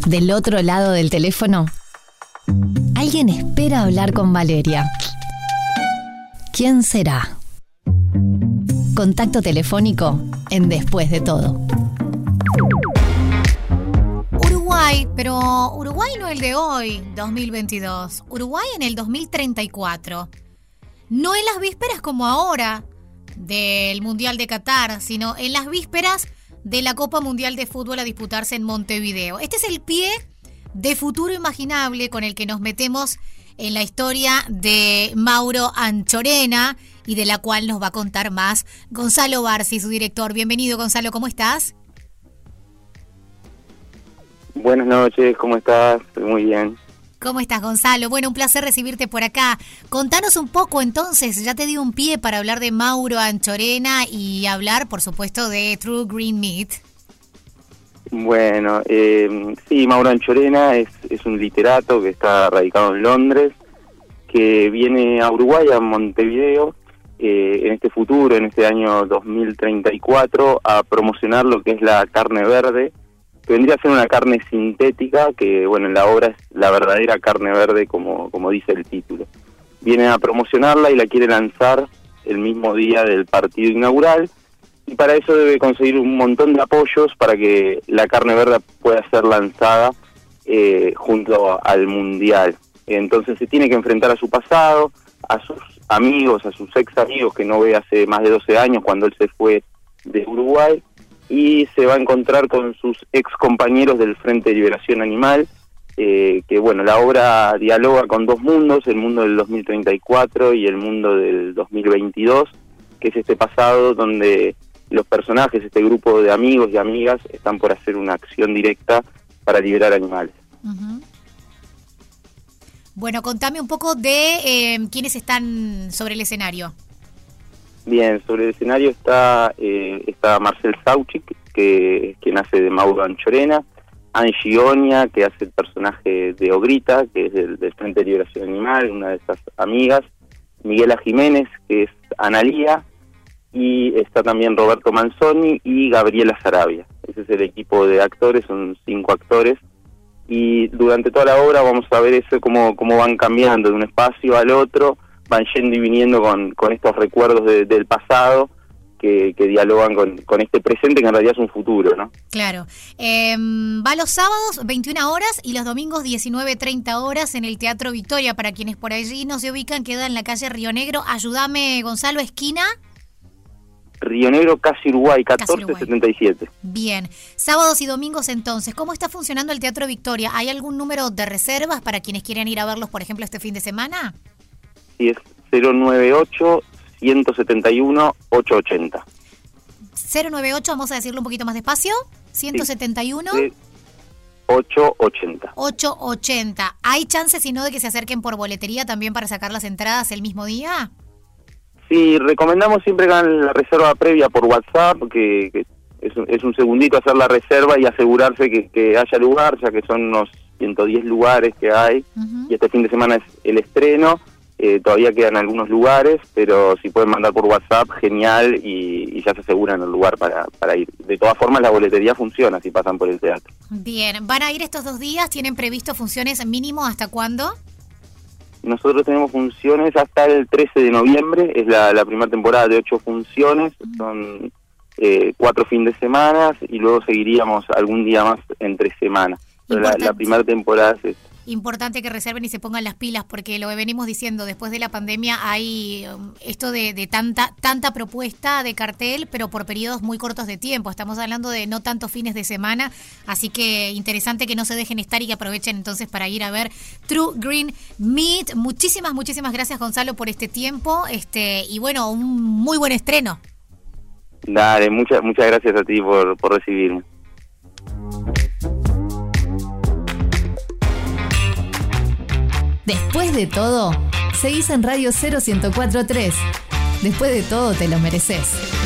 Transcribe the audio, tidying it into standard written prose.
Del otro lado del teléfono, alguien espera hablar con Valeria. ¿Quién será? Contacto telefónico en Después de Todo. Uruguay, pero Uruguay no el de hoy, 2022. Uruguay en el 2034. No en las vísperas como ahora del Mundial de Qatar, sino en las vísperas de la Copa Mundial de Fútbol a disputarse en Montevideo. Este es el pie de futuro imaginable con el que nos metemos en la historia de Mauro Anchorena y de la cual nos va a contar más Gonzalo Barsi, su director. Bienvenido, Gonzalo, ¿cómo estás? Buenas noches, ¿cómo estás? Muy bien. ¿Cómo estás, Gonzalo? Bueno, un placer recibirte por acá. Contanos un poco entonces, ya te di un pie para hablar de Mauro Anchorena y hablar, por supuesto, de True Green Meat. Bueno, sí, Mauro Anchorena es un literato que está radicado en Londres, que viene a Uruguay, a Montevideo, en este futuro, en este año 2034, a promocionar lo que es la carne verde, que vendría a ser una carne sintética, que bueno, en la obra es la verdadera carne verde, como dice el título. Viene a promocionarla y la quiere lanzar el mismo día del partido inaugural, y para eso debe conseguir un montón de apoyos para que la carne verde pueda ser lanzada junto al Mundial. Entonces se tiene que enfrentar a su pasado, a sus amigos, a sus ex amigos que no ve hace más de 12 años cuando él se fue de Uruguay, y se va a encontrar con sus ex compañeros del Frente de Liberación Animal, que bueno, la obra dialoga con dos mundos, el mundo del 2034 y el mundo del 2022, que es este pasado donde los personajes, este grupo de amigos y amigas, están por hacer una acción directa para liberar animales. Uh-huh. Bueno, contame un poco de quiénes están sobre el escenario. Bien, sobre el escenario está Marcel Sauchik, que es quien hace de Mauro Anchorena, Angie Oña, que hace el personaje de Ogrita, que es del Frente de Liberación Animal, una de esas amigas, Miguela Jiménez, que es Analía, y está también Roberto Manzoni y Gabriela Sarabia. Ese es el equipo de actores, son 5 actores, y durante toda la obra vamos a ver eso, cómo van cambiando de un espacio al otro, van yendo y viniendo con estos recuerdos del pasado que dialogan con este presente que en realidad es un futuro, ¿no? Claro. Va los sábados 21 horas y los domingos 19:30 horas en el Teatro Victoria. Para quienes por allí no se ubican, queda en la calle Río Negro. Ayúdame, Gonzalo, esquina. Río Negro, casi Uruguay, 1477. Bien. Sábados y domingos entonces. ¿Cómo está funcionando el Teatro Victoria? ¿Hay algún número de reservas para quienes quieran ir a verlos, por ejemplo, este fin de semana? Sí, es 098-171-880. 098, vamos a decirlo un poquito más despacio. 171. Sí. 880. 880. ¿Hay chances, si no, de que se acerquen por boletería también para sacar las entradas el mismo día? Sí, recomendamos siempre que hagan la reserva previa por WhatsApp, que es un segundito hacer la reserva y asegurarse que haya lugar, ya que son unos 110 lugares que hay, y este fin de semana es el estreno. Todavía quedan algunos lugares, pero si pueden mandar por WhatsApp, genial, y ya se aseguran el lugar para ir. De todas formas, la boletería funciona si pasan por el teatro. Bien, ¿van a ir estos 2 días? ¿Tienen previsto funciones mínimo hasta cuándo? Nosotros tenemos funciones hasta el 13 de noviembre, es la primera temporada de 8 funciones, son 4 fines de semana, y luego seguiríamos algún día más entre semanas. Pero la primera temporada es esta. Importante que reserven y se pongan las pilas, porque lo que venimos diciendo, después de la pandemia hay esto de tanta propuesta de cartel, pero por periodos muy cortos de tiempo. Estamos hablando de no tantos fines de semana, así que interesante que no se dejen estar y que aprovechen entonces para ir a ver True Green Meat. Muchísimas gracias, Gonzalo, por este tiempo, y bueno, un muy buen estreno. Dale, muchas gracias a ti por recibirme. Después de todo, seguís en Radio 0143. Después de todo, te lo mereces.